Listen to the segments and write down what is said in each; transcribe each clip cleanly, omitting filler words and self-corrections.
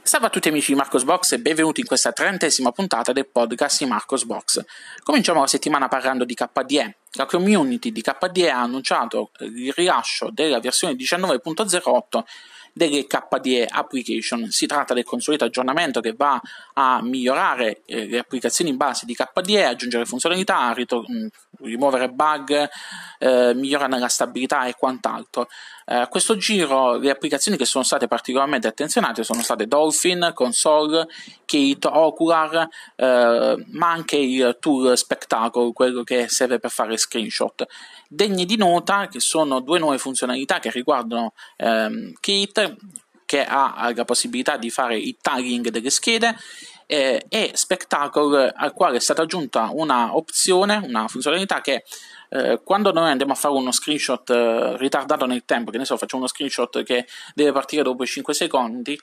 Salve a tutti amici di Marcosbox e benvenuti in questa 30ª puntata del podcast di Marcosbox. Cominciamo la settimana parlando di KDE. La community di KDE ha annunciato il rilascio della versione 19.08 delle KDE Application. Si tratta del consueto aggiornamento che va a migliorare le applicazioni base di KDE, aggiungere funzionalità, rimuovere bug, migliorare la stabilità e quant'altro. A questo giro le applicazioni che sono state particolarmente attenzionate sono state Dolphin, Console, Kate, Ocular, ma anche il tool Spectacle, quello che serve per fare screenshot. Degne di nota che sono due nuove funzionalità che riguardano Kate, che ha la possibilità di fare il tagging delle schede, e Spectacle, al quale è stata aggiunta una opzione, una funzionalità che quando noi andiamo a fare uno screenshot ritardato nel tempo, che ne so, facciamo uno screenshot che deve partire dopo 5 secondi,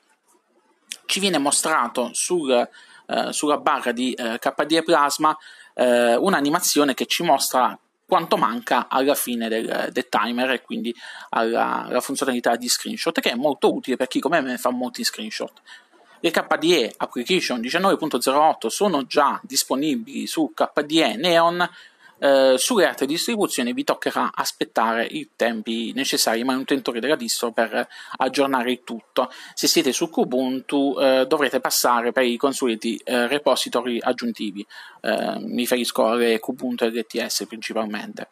ci viene mostrato sulla barra di KDE Plasma un'animazione che ci mostra quanto manca alla fine del timer e quindi alla funzionalità di screenshot, che è molto utile per chi come me fa molti screenshot. Le KDE Application 19.08 sono già disponibili su KDE Neon. Sulle altre distribuzioni vi toccherà aspettare i tempi necessari ai manutentori della distro per aggiornare il tutto. Se siete su Kubuntu dovrete passare per i consueti repository aggiuntivi, mi riferisco alle Kubuntu LTS principalmente.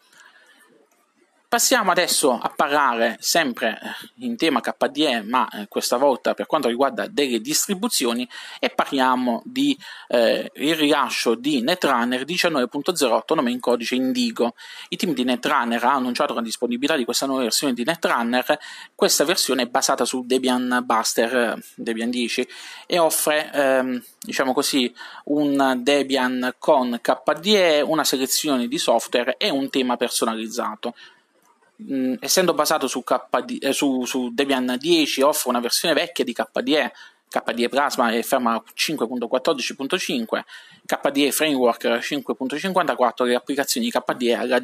Passiamo adesso a parlare sempre in tema KDE, ma questa volta per quanto riguarda delle distribuzioni, e parliamo di il rilascio di Netrunner 19.08 nome in codice Indigo. Il team di Netrunner ha annunciato la disponibilità di questa nuova versione di Netrunner. Questa versione è basata su Debian Buster Debian 10 e offre diciamo così un Debian con KDE, una selezione di software e un tema personalizzato. Essendo basato su Debian 10, offre una versione vecchia di KDE Plasma è ferma a 5.14.5, KDE Framework 5.54, le applicazioni KDE alla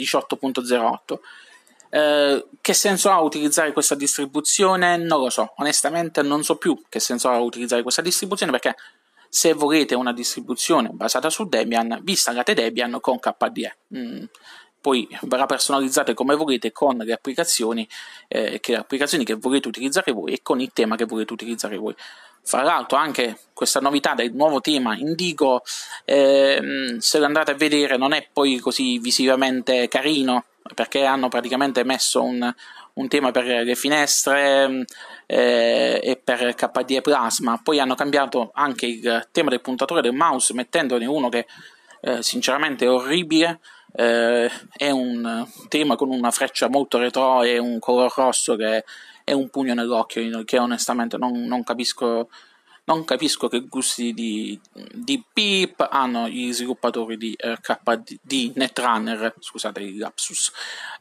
18.08. Che senso ha utilizzare questa distribuzione? Non lo so, onestamente non so più che senso ha utilizzare questa distribuzione, perché se volete una distribuzione basata su Debian, vi installate Debian con KDE. Poi verrà personalizzate come volete con le applicazioni che volete utilizzare voi e con il tema che volete utilizzare voi. Fra l'altro anche questa novità del nuovo tema Indigo, se lo andate a vedere, non è poi così visivamente carino, perché hanno praticamente messo un tema per le finestre e per KDE Plasma. Poi hanno cambiato anche il tema del puntatore del mouse, mettendone uno che sinceramente è orribile. È un tema con una freccia molto retro e un color rosso che è un pugno nell'occhio, che onestamente non capisco che gusti di PIP hanno gli sviluppatori di Netrunner, scusate il lapsus.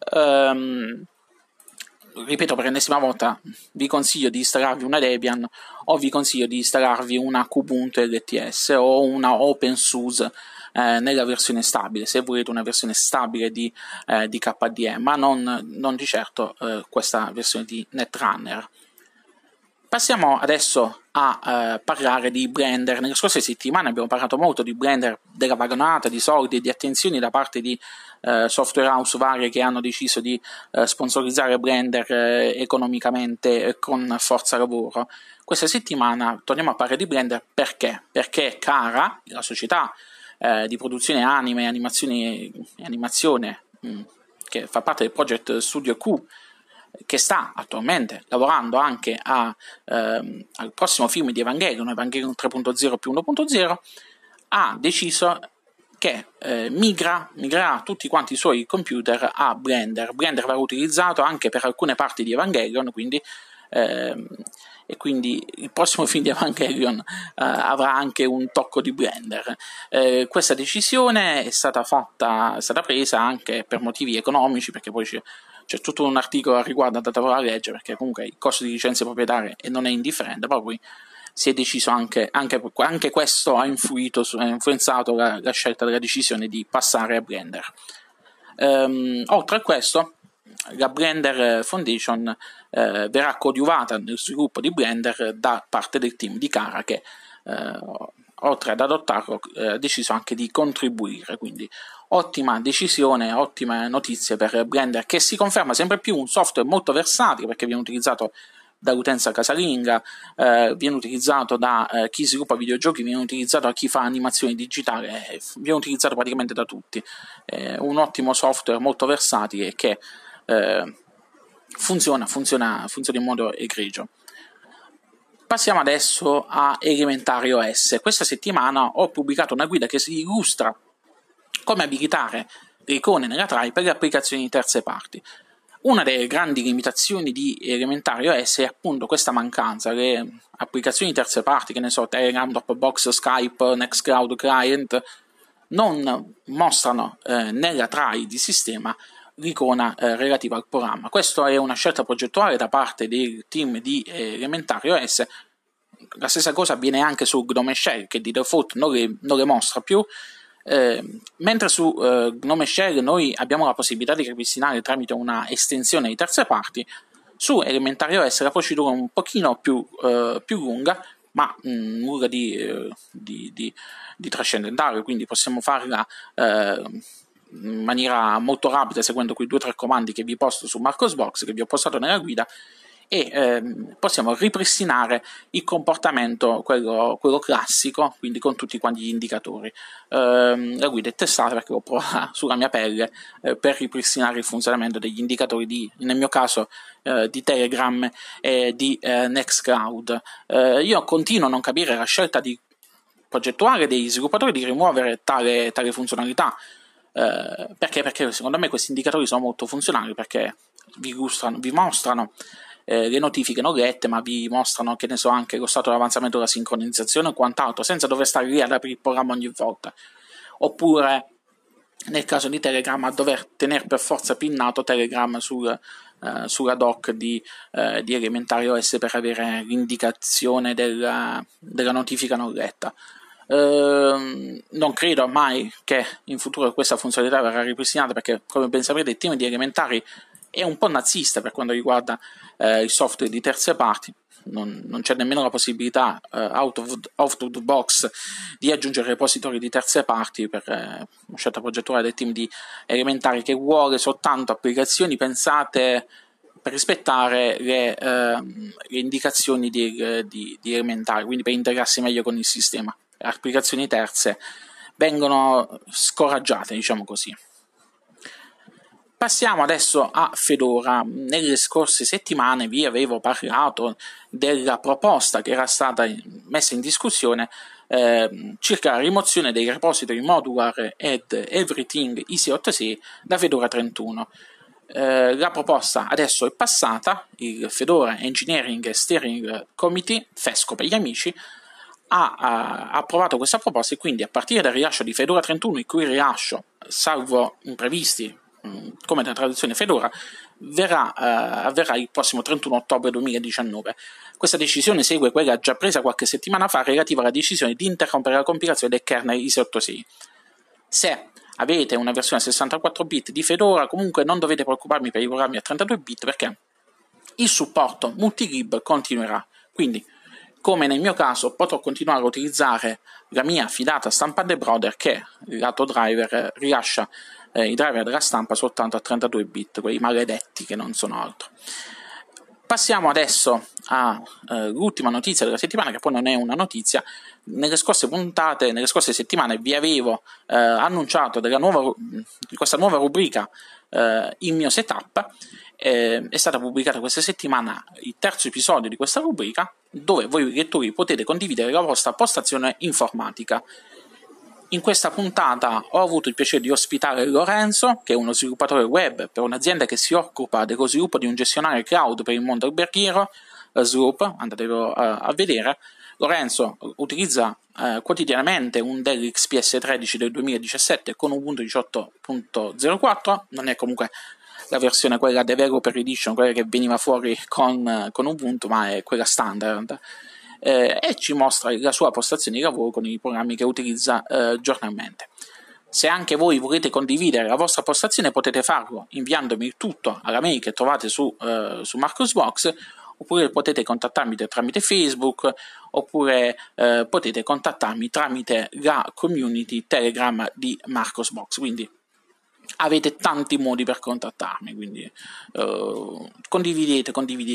Ripeto per l'ennesima volta, vi consiglio di installarvi una Debian o vi consiglio di installarvi una Kubuntu LTS o una OpenSUSE nella versione stabile, se volete una versione stabile di KDE, ma non di certo questa versione di Netrunner. Passiamo adesso a parlare di Blender. Nelle scorse settimane abbiamo parlato molto di Blender, della vagonata di soldi e di attenzioni da parte di software house varie che hanno deciso di sponsorizzare Blender economicamente con forza lavoro. Questa settimana torniamo a parlare di Blender perché? Perché Cara, la società di produzione anime e animazione che fa parte del Project Studio Q, che sta attualmente lavorando anche al prossimo film di Evangelion 3.0 più 1.0, ha deciso che migrerà tutti quanti i suoi computer a Blender. Blender verrà utilizzato anche per alcune parti di Evangelion, quindi il prossimo film di Evangelion avrà anche un tocco di Blender. Questa decisione è stata presa anche per motivi economici, perché poi c'è tutto un articolo a riguardo, andatevelo a leggere, perché comunque il costo di licenze proprietarie non è indifferente, però poi si è deciso anche questo ha influenzato la scelta della decisione di passare a Blender. Oltre a questo, la Blender Foundation verrà coadiuvata nel sviluppo di Blender da parte del team di Kara, che oltre ad adottarlo ha deciso anche di contribuire. Quindi ottima decisione, ottime notizie per Blender, che si conferma sempre più un software molto versatile, perché viene utilizzato dall'utenza casalinga, viene utilizzato da chi sviluppa videogiochi, viene utilizzato da chi fa animazioni digitali, viene utilizzato praticamente da tutti. Un ottimo software molto versatile che funziona in modo egregio. Passiamo adesso a Elementary OS. Questa settimana ho pubblicato una guida che si illustra come abilitare le icone nella tray per le applicazioni di terze parti. Una delle grandi limitazioni di Elementary OS è appunto questa mancanza. Le applicazioni di terze parti, che ne so, Telegram, Dropbox, Skype, Nextcloud Client, non mostrano nella tray di sistema l'icona relativa al programma. Questa è una scelta progettuale da parte del team di Elementary OS. La stessa cosa avviene anche su Gnome Shell, che di default non le mostra più, mentre su Gnome Shell noi abbiamo la possibilità di ripristinare tramite una estensione di terze parti. Su Elementary OS la procedura è un pochino più lunga, ma nulla di trascendentale, quindi possiamo farla in maniera molto rapida seguendo quei 2 o 3 comandi che vi posto su Marcosbox, che vi ho postato nella guida, e possiamo ripristinare il comportamento quello classico, quindi con tutti quanti gli indicatori. La guida è testata perché l'ho provata sulla mia pelle per ripristinare il funzionamento degli indicatori nel mio caso di Telegram e di Nextcloud. Io continuo a non capire la scelta progettuale degli sviluppatori di rimuovere tale funzionalità. Perché secondo me questi indicatori sono molto funzionali, perché vi mostrano le notifiche non lette, ma vi mostrano, che ne so, anche lo stato di avanzamento della sincronizzazione e quant'altro, senza dover stare lì ad aprire il programma ogni volta. Oppure nel caso di Telegram a dover tenere per forza pinnato Telegram sulla dock di Elementary OS per avere l'indicazione della notifica non letta. Non credo mai che in futuro questa funzionalità verrà ripristinata, perché, come ben saprete, il team di Elementary è un po' nazista per quanto riguarda il software di terze parti. Non c'è nemmeno la possibilità out of the box di aggiungere repository di terze parti, per una scelta progettuale del team di Elementary, che vuole soltanto applicazioni pensate per rispettare le indicazioni di Elementary, quindi per integrarsi meglio con il sistema. Le applicazioni terze vengono scoraggiate, diciamo così. Passiamo adesso a Fedora. Nelle scorse settimane vi avevo parlato della proposta che era stata messa in discussione circa la rimozione dei repository modular ed everything EC86 da Fedora 31. La proposta adesso è passata. Il Fedora Engineering Steering Committee, FESCO per gli amici, ha approvato questa proposta, e quindi a partire dal rilascio di Fedora 31, il cui rilascio, salvo imprevisti come la traduzione Fedora, avverrà il prossimo 31 ottobre 2019. Questa decisione segue quella già presa qualche settimana fa relativa alla decisione di interrompere la compilazione del kernel IC86. Se avete una versione a 64 bit di Fedora, comunque non dovete preoccuparmi per i programmi a 32 bit, perché il supporto multilib continuerà. Quindi, come nel mio caso, potrò continuare a utilizzare la mia fidata Stampante Brother, che lato driver rilascia i driver della stampa soltanto a 32 bit, quei maledetti che non sono altro. Passiamo adesso all'ultima notizia della settimana, che poi non è una notizia. Nelle scorse settimane vi avevo annunciato di questa nuova rubrica, il mio setup. È stata pubblicata questa settimana il terzo episodio di questa rubrica, dove voi lettori potete condividere la vostra postazione informatica. In questa puntata ho avuto il piacere di ospitare Lorenzo, che è uno sviluppatore web per un'azienda che si occupa dello sviluppo di un gestionale cloud per il mondo alberghiero, Sloop, andatelo a vedere. Lorenzo utilizza quotidianamente un Dell XPS 13 del 2017 con Ubuntu 18.04, non è comunque la versione quella Developer Edition, quella che veniva fuori con Ubuntu, ma è quella standard. E ci mostra la sua postazione di lavoro con i programmi che utilizza giornalmente. Se anche voi volete condividere la vostra postazione, potete farlo inviandomi il tutto alla mail che trovate su Marcosbox, oppure potete contattarmi tramite Facebook, oppure potete contattarmi tramite la community Telegram di Marcosbox. Quindi avete tanti modi per contattarmi, quindi condividete.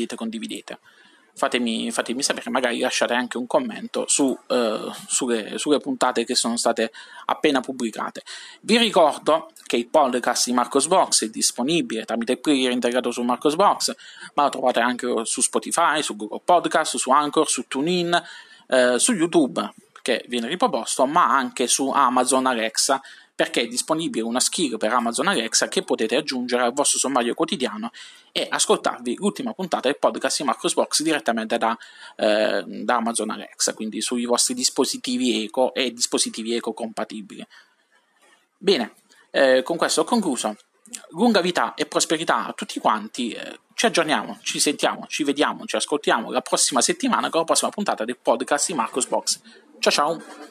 Fatemi sapere, magari lasciate anche un commento sulle puntate che sono state appena pubblicate. Vi ricordo che il podcast di Marcosbox è disponibile tramite il player integrato su Marcosbox, ma lo trovate anche su Spotify, su Google Podcast, su Anchor, su TuneIn, su YouTube, che viene riproposto, ma anche su Amazon Alexa, perché è disponibile una skill per Amazon Alexa che potete aggiungere al vostro sommario quotidiano e ascoltarvi l'ultima puntata del podcast di Marcosbox direttamente da Amazon Alexa, quindi sui vostri dispositivi Eco e dispositivi Eco compatibili. Bene, con questo ho concluso. Lunga vita e prosperità a tutti quanti. Ci aggiorniamo, ci sentiamo, ci vediamo, ci ascoltiamo la prossima settimana con la prossima puntata del podcast di Marcosbox. Ciao ciao!